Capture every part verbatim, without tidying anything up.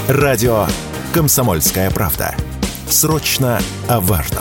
Радио «Комсомольская правда». Срочно о важном.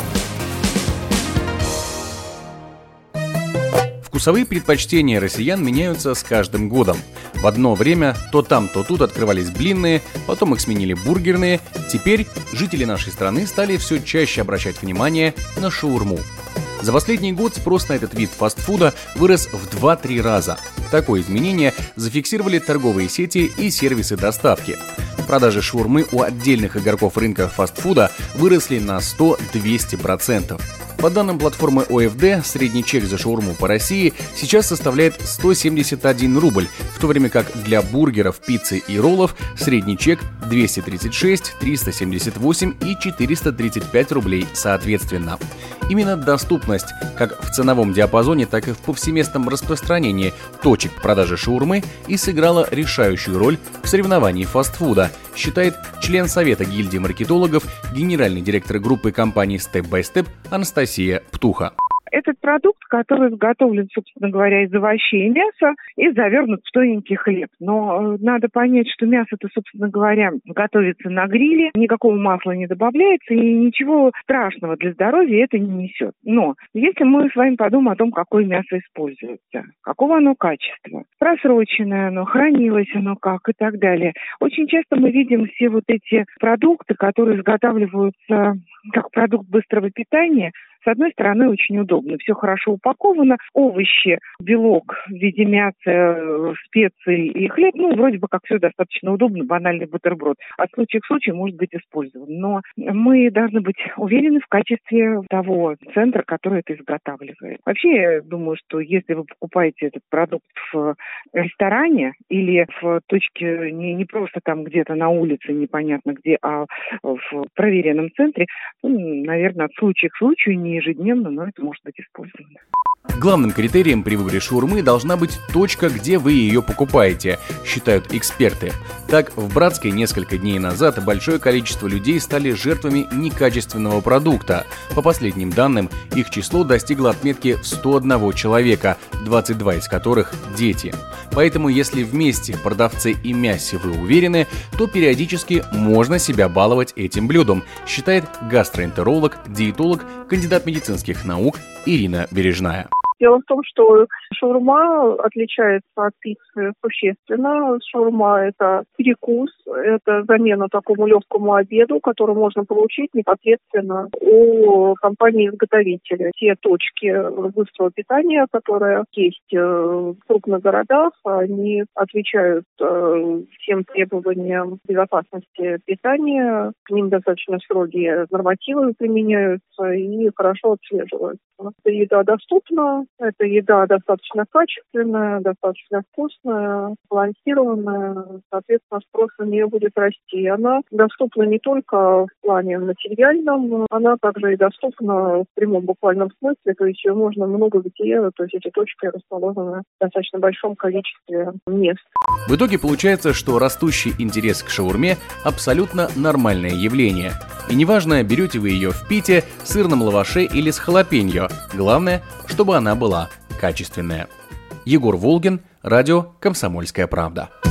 Вкусовые предпочтения россиян меняются с каждым годом. В одно время то там, то тут открывались блинные, потом их сменили бургерные. Теперь жители нашей страны стали все чаще обращать внимание на шаурму. За последний год спрос на этот вид фастфуда вырос в два-три раза. Такое изменение зафиксировали торговые сети и сервисы доставки. Продажи шаурмы у отдельных игроков рынка фастфуда выросли на сто-двести процентов. По данным платформы о эф дэ, средний чек за шаурму по России сейчас составляет сто семьдесят один рубль, в то время как для бургеров, пиццы и роллов средний чек двести тридцать шесть, триста семьдесят восемь и четыреста тридцать пять рублей соответственно. Именно доступность как в ценовом диапазоне, так и в повсеместном распространении точек продажи шаурмы и сыграла решающую роль в соревновании фастфуда, считает член Совета гильдии маркетологов, генеральный директор группы компаний Step by Step Анастасия Птуха. Этот продукт, который изготовлен, собственно говоря, из овощей и мяса и завернут в тоненький хлеб. Но надо понять, что мясо-то, собственно говоря, готовится на гриле, никакого масла не добавляется и ничего страшного для здоровья это не несет. Но если мы с вами подумаем о том, какое мясо используется, какого оно качества, просроченное оно, хранилось оно как и так далее. Очень часто мы видим все вот эти продукты, которые изготавливаются как продукт быстрого питания. С одной стороны, очень удобно. Все хорошо упаковано. Овощи, белок в виде мяса, специй и хлеб. Ну, вроде бы как все достаточно удобно. Банальный бутерброд. От случая к случаю может быть использован. Но мы должны быть уверены в качестве того центра, который это изготавливает. Вообще, я думаю, что если вы покупаете этот продукт в ресторане или в точке не, не просто там где-то на улице, непонятно где, а в проверенном центре, ну, наверное, от случая к случаю не ежедневно, но это может быть использовано. Главным критерием при выборе шаурмы должна быть точка, где вы ее покупаете, считают эксперты. Так, в Братской несколько дней назад большое количество людей стали жертвами некачественного продукта. По последним данным, их число достигло отметки в сто один человека, двадцать два из которых – дети. Поэтому, если вместе в продавце и мясе вы уверены, то периодически можно себя баловать этим блюдом, считает гастроэнтеролог, диетолог, кандидат медицинских наук Ирина Бережная. Дело в том, что шаурма отличается от пиццы существенно. Шаурма – это перекус, это замена такому легкому обеду, который можно получить непосредственно у компании-изготовителя. Те точки быстрого питания, которые есть в крупных городах, они отвечают всем требованиям безопасности питания. К ним достаточно строгие нормативы применяются и хорошо отслеживаются. Эта еда доступна. Эта еда достаточно качественная, достаточно вкусная, балансированная. Соответственно, спрос на нее будет расти. И она доступна не только в плане материальном, она также и доступна в прямом буквальном смысле. То есть ее можно много где, то есть эти точки расположены в достаточно большом количестве мест. В итоге получается, что растущий интерес к шаурме – абсолютно нормальное явление. И неважно, берете вы ее в пите, сырном лаваше или с халапеньо. Главное, чтобы она была качественная. Егор Волгин, радио «Комсомольская правда».